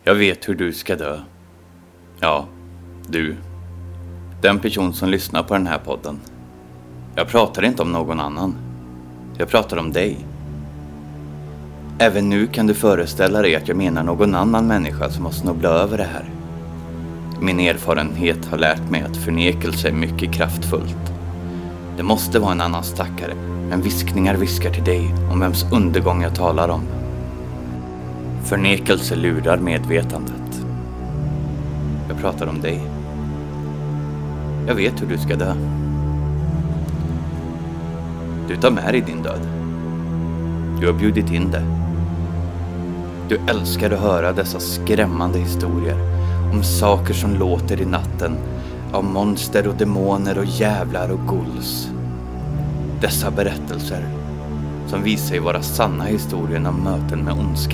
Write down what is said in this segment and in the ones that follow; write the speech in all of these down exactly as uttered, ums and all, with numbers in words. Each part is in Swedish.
Jag vet hur du ska dö. Ja, du. Den person som lyssnar på den här podden. Jag pratar inte om någon annan. Jag pratar om dig. Även nu kan du föreställa dig att jag menar någon annan människa som har snubblat över det här. Min erfarenhet har lärt mig att förnekelse är mycket kraftfullt. Det måste vara en annan stackare, men viskningar viskar till dig om vems undergång jag talar om. Förnekelse lurar medvetandet. Jag pratar om dig. Jag vet hur du ska dö. Du tar med dig din död. Du har bjudit in det. Du älskar att höra dessa skrämmande historier om saker som låter i natten, av monster och demoner och jävlar och ghouls. Dessa berättelser som visar sig vara sanna historier om möten med ondska.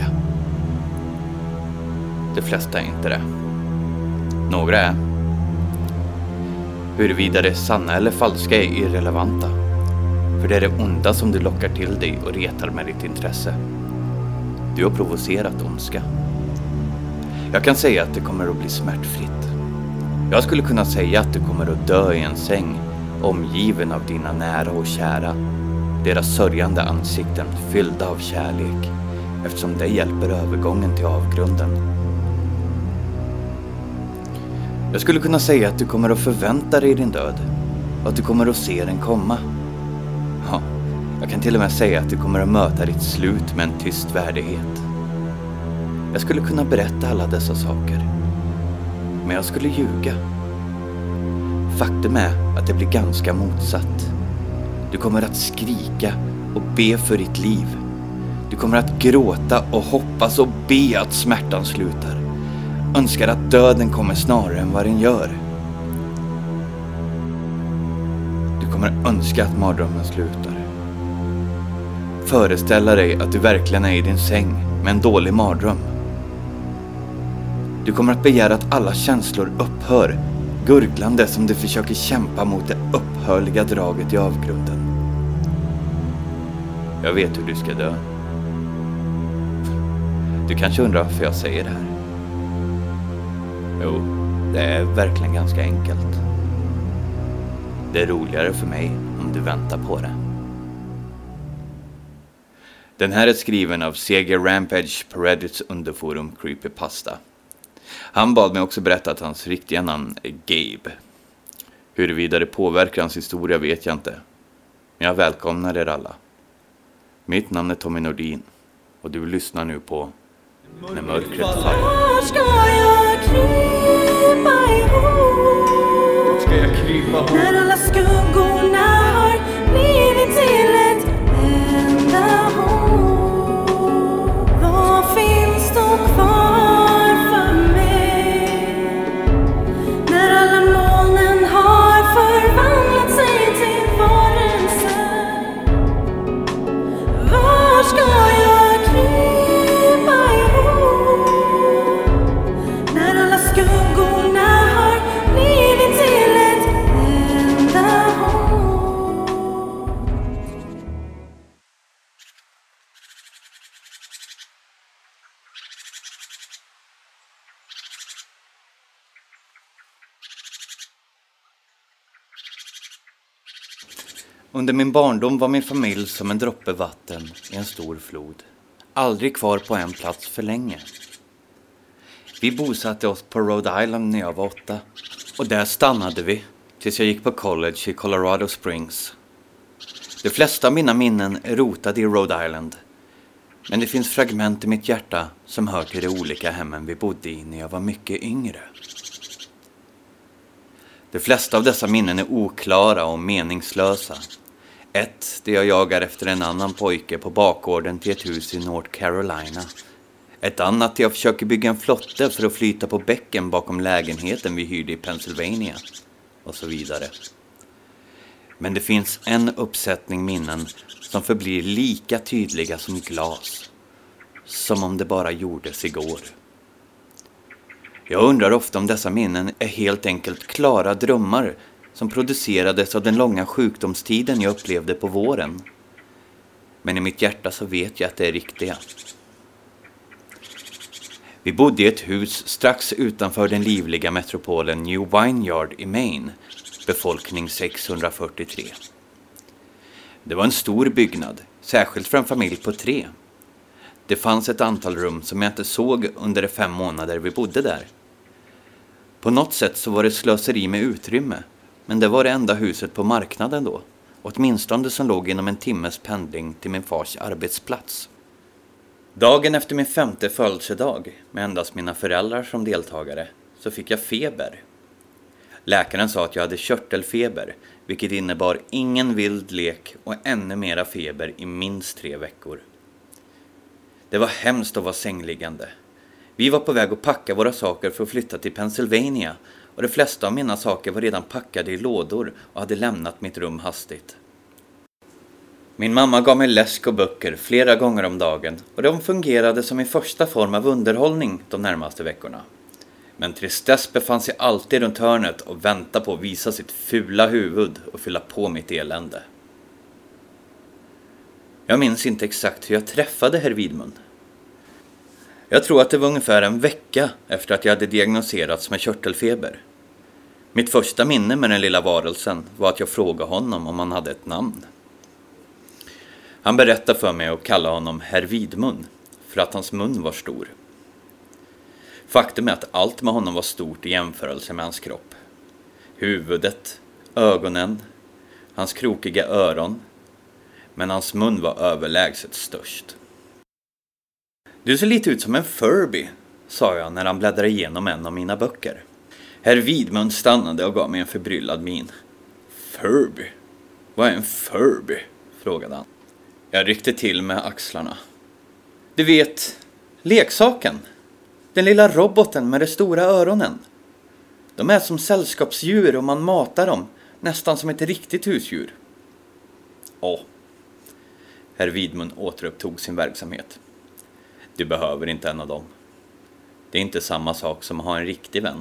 De flesta är inte det. Några är. Huruvida det är sanna eller falska är irrelevanta. För det är det onda som du lockar till dig och retar med ditt intresse. Du har provocerat ondska. Jag kan säga att det kommer att bli smärtfritt. Jag skulle kunna säga att du kommer att dö i en säng, omgiven av dina nära och kära. Deras sörjande ansikten fyllda av kärlek, eftersom det hjälper övergången till avgrunden. Jag skulle kunna säga att du kommer att förvänta dig din död, och att du kommer att se den komma. Ja, jag kan till och med säga att du kommer att möta ditt slut med en tyst värdighet. Jag skulle kunna berätta alla dessa saker, men jag skulle ljuga. Faktum är att det blir ganska motsatt. Du kommer att skrika och be för ditt liv. Du kommer att gråta och hoppas och be att smärtan slutar. Önskar att döden kommer snarare än vad den gör. Du kommer önska att mardrömmen slutar. Föreställa dig att du verkligen är i din säng med en dålig mardröm. Du kommer att begära att alla känslor upphör, gurglande som du försöker kämpa mot det upphörliga draget i avgrunden. Jag vet hur du ska dö. Du kanske undrar varför jag säger det här. Jo, det är verkligen ganska enkelt. Det är roligare för mig om du väntar på det. Den här är skriven av Seger Rampage på Reddits underforum Creepypasta. Han bad mig också berätta att hans riktiga namn är Gabe. Huruvida det påverkar hans historia vet jag inte. Men jag välkomnar er alla. Mitt namn är Tommy Nordin och du lyssnar nu på När mörkret faller. Var ska jag krypa ihop? Ska jag krypa ihop? När alla skuggorna har blivit till ett enda hål. Vad finns då kvar för mig? När alla molnen har förvandlat sig till varelser. Var ska jag krypa ihop? När alla skuggorna har blivit till ett enda hål. Under min barndom var min familj som en droppe vatten i en stor flod. Aldrig kvar på en plats för länge. Vi bosatte oss på Rhode Island när jag var åtta. Och där stannade vi tills jag gick på college i Colorado Springs. De flesta av mina minnen är rotade i Rhode Island. Men det finns fragment i mitt hjärta som hör till de olika hemmen vi bodde i när jag var mycket yngre. De flesta av dessa minnen är oklara och meningslösa. Ett, det jag jagar efter en annan pojke på bakgården till ett hus i North Carolina. Ett annat, det jag försöker bygga en flotte för att flyta på bäcken bakom lägenheten vi hyrde i Pennsylvania. Och så vidare. Men det finns en uppsättning minnen som förblir lika tydliga som glas. Som om det bara gjordes igår. Jag undrar ofta om dessa minnen är helt enkelt klara drömmar som producerades av den långa sjukdomstiden jag upplevde på våren. Men i mitt hjärta så vet jag att det är riktiga. Vi bodde i ett hus strax utanför den livliga metropolen New Vineyard i Maine, befolkning sexhundrafyrtiotre. Det var en stor byggnad, särskilt för en familj på tre. Det fanns ett antal rum som jag inte såg under de fem månader vi bodde där. På något sätt så var det slöseri med utrymme, men det var det enda huset på marknaden då, åtminstone som låg inom en timmes pendling till min fars arbetsplats. Dagen efter min femte födelsedag, med endast mina föräldrar som deltagare, så fick jag feber. Läkaren sa att jag hade körtelfeber, vilket innebar ingen vild lek och ännu mera feber i minst tre veckor. Det var hemskt att vara sängliggande. Vi var på väg att packa våra saker för att flytta till Pennsylvania, och de flesta av mina saker var redan packade i lådor och hade lämnat mitt rum hastigt. Min mamma gav mig läsk och böcker flera gånger om dagen, och de fungerade som min första form av underhållning de närmaste veckorna. Men tristess befann sig alltid runt hörnet och väntade på att visa sitt fula huvud och fylla på mitt elände. Jag minns inte exakt hur jag träffade herr Widmund. Jag tror att det var ungefär en vecka efter att jag hade diagnoserats med körtelfeber. Mitt första minne med den lilla varelsen var att jag frågade honom om han hade ett namn. Han berättade för mig att kalla honom herr Widmund, för att hans mun var stor. Faktum är att allt med honom var stort i jämförelse med hans kropp. Huvudet, ögonen, hans krokiga öron, men hans mun var överlägset störst. Du ser lite ut som en Furby, sa jag när han bläddrade igenom en av mina böcker. Herr Widmund stannade och gav mig en förbryllad min. Furby? Vad är en Furby? Frågade han. Jag ryckte till med axlarna. Du vet, leksaken. Den lilla roboten med de stora öronen. De är som sällskapsdjur och man matar dem, nästan som ett riktigt husdjur. Åh. Herr Widmund återupptog sin verksamhet. Du behöver inte en av dem. Det är inte samma sak som att ha en riktig vän.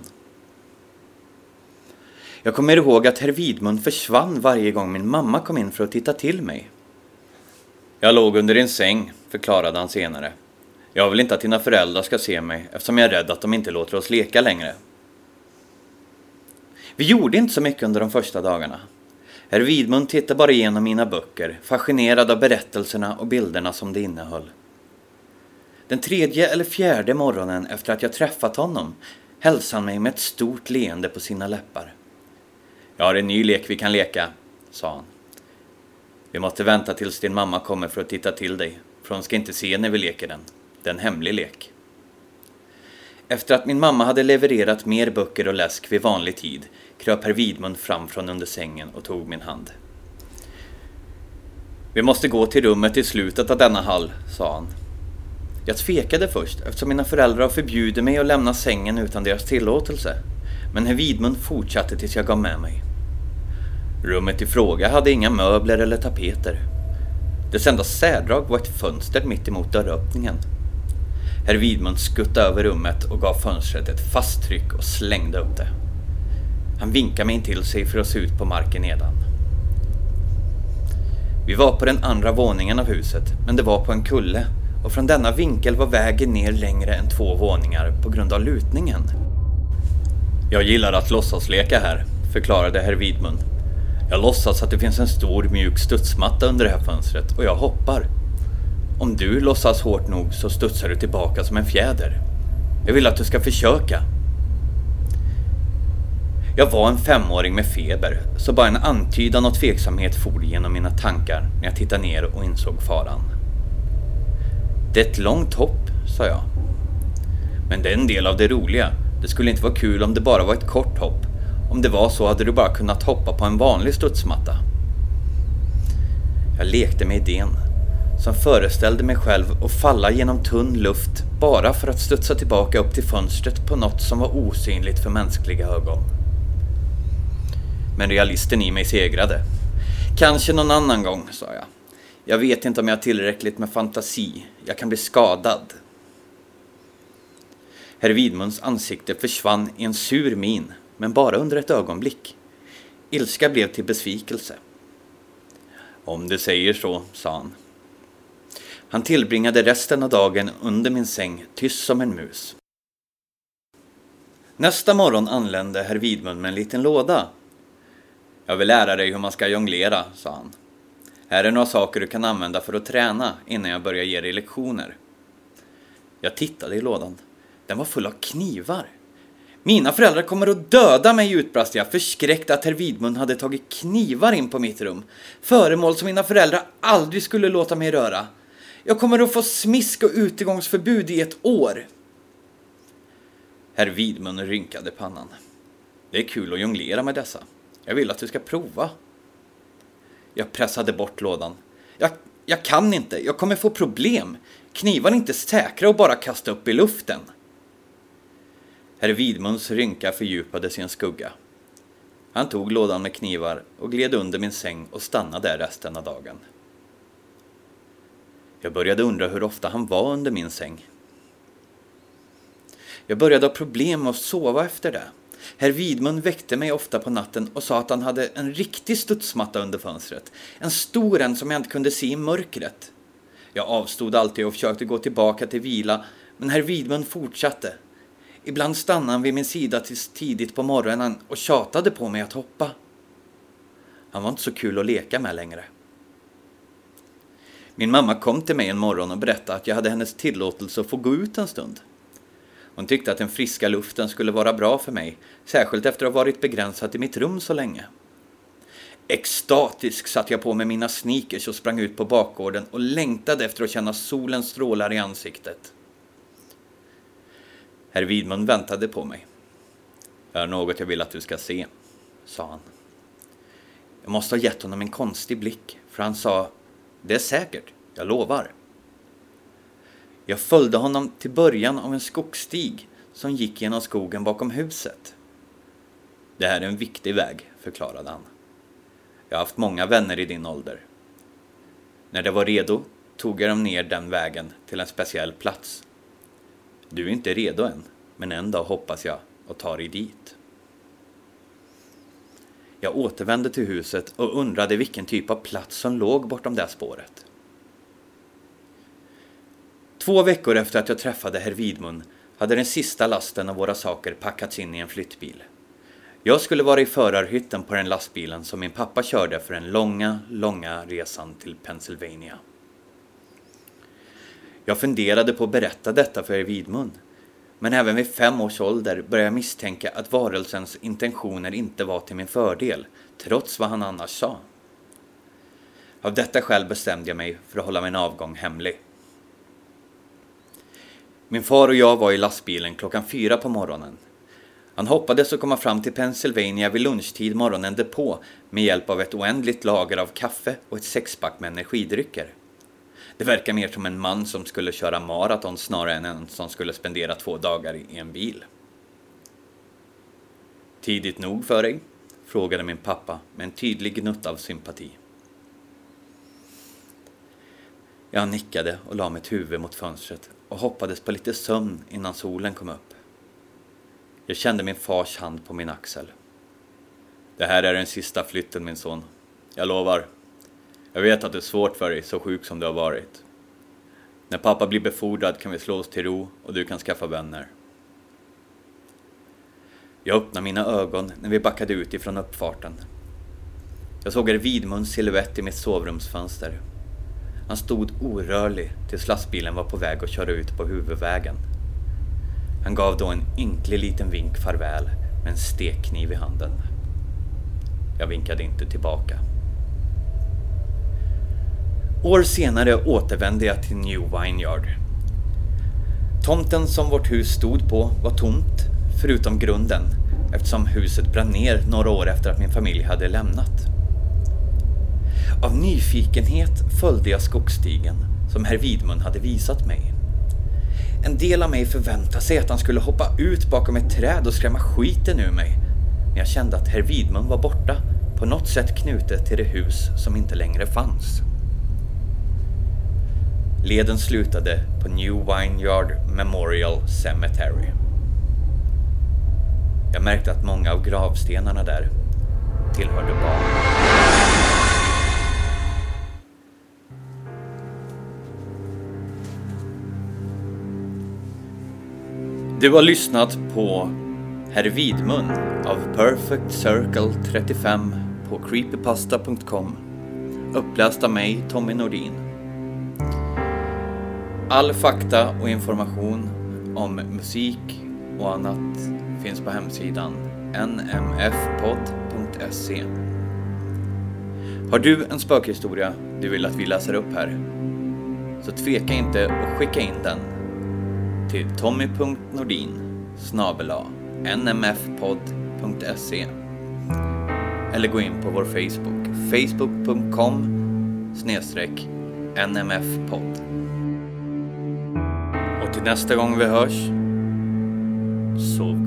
Jag kommer ihåg att herr Widmund försvann varje gång min mamma kom in för att titta till mig. Jag låg under en säng, förklarade han senare. Jag vill inte att dina föräldrar ska se mig eftersom jag är rädd att de inte låter oss leka längre. Vi gjorde inte så mycket under de första dagarna. Herr Widmund tittade bara igenom mina böcker, fascinerad av berättelserna och bilderna som det innehöll. Den tredje eller fjärde morgonen efter att jag träffat honom hälsade han mig med ett stort leende på sina läppar. Jag har en ny lek vi kan leka, sa han. Vi måste vänta tills din mamma kommer för att titta till dig, för hon ska inte se när vi leker den. Det är en hemlig lek. Efter att min mamma hade levererat mer böcker och läsk vid vanlig tid kröp herr Widmund fram från under sängen och tog min hand. Vi måste gå till rummet i slutet av denna hall, sa han. Jag tvekade först eftersom mina föräldrar förbjuder mig att lämna sängen utan deras tillåtelse. Men herr Widmund fortsatte tills jag gav med mig. Rummet i fråga hade inga möbler eller tapeter. Dess enda särdrag var ett fönster mitt emot dörröppningen. Herr Widmund skuttade över rummet och gav fönstret ett fast tryck och slängde upp det. Han vinkade mig in till sig för att se ut på marken nedan. Vi var på den andra våningen av huset, men det var på en kulle. Och från denna vinkel var vägen ner längre än två våningar på grund av lutningen. Jag gillar att låtsasleka här, förklarade herr Widmund. Jag låtsas att det finns en stor mjuk studsmatta under det här fönstret och jag hoppar. Om du låtsas hårt nog så studsar du tillbaka som en fjäder. Jag vill att du ska försöka. Jag var en femåring med feber, så bara en antydan och tveksamhet for genom mina tankar när jag tittade ner och insåg faran. Det är ett långt hopp, sa jag. Men det är en del av det roliga. Det skulle inte vara kul om det bara var ett kort hopp. Om det var så hade du bara kunnat hoppa på en vanlig studsmatta. Jag lekte med idén, som föreställde mig själv att falla genom tunn luft bara för att studsa tillbaka upp till fönstret på något som var osynligt för mänskliga ögon. Men realisten i mig segrade. Kanske någon annan gång, sa jag. Jag vet inte om jag har tillräckligt med fantasi. Jag kan bli skadad. Herr Widmunds ansikte försvann i en sur min, men bara under ett ögonblick. Ilska blev till besvikelse. Om du säger så, sa han. Han tillbringade resten av dagen under min säng, tyst som en mus. Nästa morgon anlände herr Widmund med en liten låda. Jag vill lära dig hur man ska jonglera, sa han. Här är några saker du kan använda för att träna innan jag börjar ge dig lektioner. Jag tittade i lådan. Den var full av knivar. Mina föräldrar kommer att döda mig, utbrast jag, förskräckt att herr Widmund hade tagit knivar in på mitt rum. Föremål som mina föräldrar aldrig skulle låta mig röra. Jag kommer att få smisk och utegångsförbud i ett år. Herr Widmund rynkade pannan. Det är kul att jonglera med dessa. Jag vill att du ska prova. Jag pressade bort lådan. Jag, jag kan inte, jag kommer få problem. Knivar är inte säkra att bara kasta upp i luften. Herr Widmunds rynka fördjupade sin skugga. Han tog lådan med knivar och gled under min säng och stannade där resten av dagen. Jag började undra hur ofta han var under min säng. Jag började ha problem med att sova efter det. Herr Widmund väckte mig ofta på natten och sa att han hade en riktig studsmatta under fönstret. En stor en som jag inte kunde se i mörkret. Jag avstod alltid och försökte gå tillbaka till vila, men herr Widmund fortsatte. Ibland stannade han vid min sida tills tidigt på morgonen och tjatade på mig att hoppa. Han var inte så kul att leka med längre. Min mamma kom till mig en morgon och berättade att jag hade hennes tillåtelse att få gå ut en stund. Hon tyckte att den friska luften skulle vara bra för mig, särskilt efter att ha varit begränsad i mitt rum så länge. Extatisk satt jag på med mina sneakers och sprang ut på bakgården och längtade efter att känna solens strålar i ansiktet. Herr Widmund väntade på mig. Jag har något jag vill att du ska se, sa han. Jag måste ha gett honom en konstig blick, för han sa, det är säkert, jag lovar. Jag följde honom till början av en skogsstig som gick genom skogen bakom huset. Det här är en viktig väg, förklarade han. Jag har haft många vänner i din ålder. När det var redo tog jag dem ner den vägen till en speciell plats. Du är inte redo än, men en dag hoppas jag och tar dig dit. Jag återvände till huset och undrade vilken typ av plats som låg bortom det spåret. Två veckor efter att jag träffade herr Widmund hade den sista lasten av våra saker packats in i en flyttbil. Jag skulle vara i förarhytten på den lastbilen som min pappa körde för den långa, långa resan till Pennsylvania. Jag funderade på att berätta detta för herr Widmund, men även vid fem års ålder började jag misstänka att varelsens intentioner inte var till min fördel, trots vad han annars sa. Av detta skäl bestämde jag mig för att hålla min avgång hemlig. Min far och jag var i lastbilen klockan fyra på morgonen. Han hoppades att komma fram till Pennsylvania vid lunchtid morgonen därpå med hjälp av ett oändligt lager av kaffe och ett sexpack med energidrycker. Det verkar mer som en man som skulle köra maraton snarare än en som skulle spendera två dagar i en bil. Tidigt nog för dig? Frågade min pappa med en tydlig gnutt av sympati. Jag nickade och la mitt huvud mot fönstret och hoppades på lite sömn innan solen kom upp. Jag kände min fars hand på min axel. Det här är den sista flytten, min son. Jag lovar. Jag vet att det är svårt för dig, så sjuk som du har varit. När pappa blir befordrad kan vi slå oss till ro och du kan skaffa vänner. Jag öppnade mina ögon när vi backade ut ifrån uppfarten. Jag såg herr Widmunds silhuett i mitt sovrumsfönster. Han stod orörlig tills lastbilen var på väg att köra ut på huvudvägen. Han gav då en ynklig liten vink farväl med en stekkniv i handen. Jag vinkade inte tillbaka. År senare återvände jag till New Vineyard. Tomten som vårt hus stod på var tomt, förutom grunden, eftersom huset brann ner några år efter att min familj hade lämnat. Av nyfikenhet följde jag skogsstigen som herr Widmund hade visat mig. En del av mig förväntade sig att han skulle hoppa ut bakom ett träd och skrämma skiten ur mig. Men jag kände att herr Widmund var borta, på något sätt knutet till det hus som inte längre fanns. Leden slutade på New Vineyard Memorial Cemetery. Jag märkte att många av gravstenarna där tillhörde barn. Du har lyssnat på Herr Vidmun av Perfect Circle trettiofem på creepypasta punkt com. Uppläst av mig, Tommy Nordin. All fakta och information om musik och annat finns på hemsidan n m f podd punkt se. Har du en spökhistoria du vill att vi läser upp här, så tveka inte och skicka in den till tommy punkt nordin snabel-a n m f podd punkt se eller gå in på vår Facebook, facebook punkt com snedstreck n m f podd. Och till nästa gång vi hörs, sov